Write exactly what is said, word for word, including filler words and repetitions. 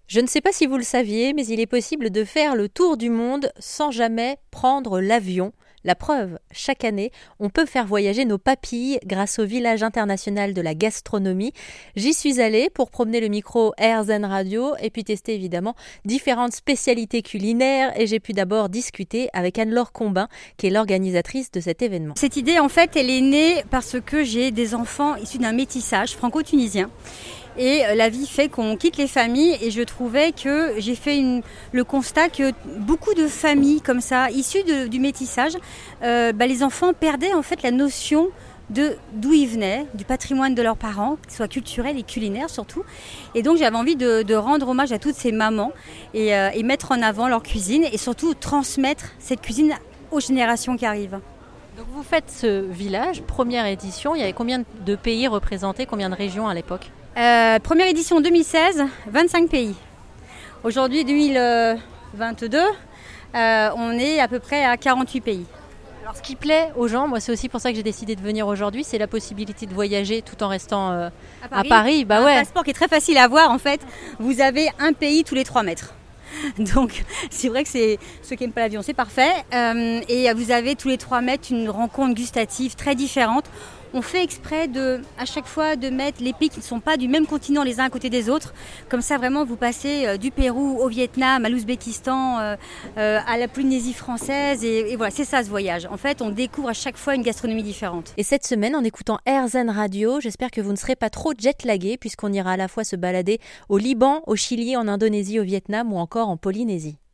Je ne sais pas si vous le saviez, mais il est possible de faire le tour du monde sans jamais prendre l'avion. La preuve, chaque année, on peut faire voyager nos papilles grâce au village international de la gastronomie. J'y suis allée pour promener le micro R Z N Radio et puis tester évidemment différentes spécialités culinaires. Et j'ai pu d'abord discuter avec Anne-Laure Combin, qui est l'organisatrice de cet événement. Cette idée, en fait, elle est née parce que j'ai des enfants issus d'un métissage franco-tunisien. Et la vie fait qu'on quitte les familles et je trouvais que j'ai fait une, le constat que beaucoup de familles comme ça, issues de, du métissage, euh, bah les enfants perdaient en fait la notion de d'où ils venaient, du patrimoine de leurs parents, qu'il soit culturel et culinaire surtout. Et donc j'avais envie de, de rendre hommage à toutes ces mamans et, euh, et mettre en avant leur cuisine et surtout transmettre cette cuisine aux générations qui arrivent. Donc vous faites ce village, première édition, il y avait combien de pays représentés, combien de régions à l'époque ? Euh, première édition deux mille seize, vingt-cinq pays. Aujourd'hui, deux mille vingt-deux, euh, on est à peu près à quarante-huit pays. Alors ce qui plaît aux gens, moi c'est aussi pour ça que j'ai décidé de venir aujourd'hui, c'est la possibilité de voyager tout en restant euh, à Paris. À Paris bah un ouais. passeport qui est très facile à avoir en fait. Vous avez un pays tous les trois mètres. Donc c'est vrai que c'est ceux qui n'aiment pas l'avion, c'est parfait. Euh, et vous avez tous les trois mètres une rencontre gustative très différente. On fait exprès de, à chaque fois de mettre les pays qui ne sont pas du même continent les uns à côté des autres. Comme ça, vraiment, vous passez euh, du Pérou au Vietnam, à l'Ouzbékistan, euh, euh, à la Polynésie française. Et, et voilà, c'est ça ce voyage. En fait, on découvre à chaque fois une gastronomie différente. Et cette semaine, en écoutant R Z N Radio, j'espère que vous ne serez pas trop jet-lagués puisqu'on ira à la fois se balader au Liban, au Chili, en Indonésie, au Vietnam ou encore en Polynésie.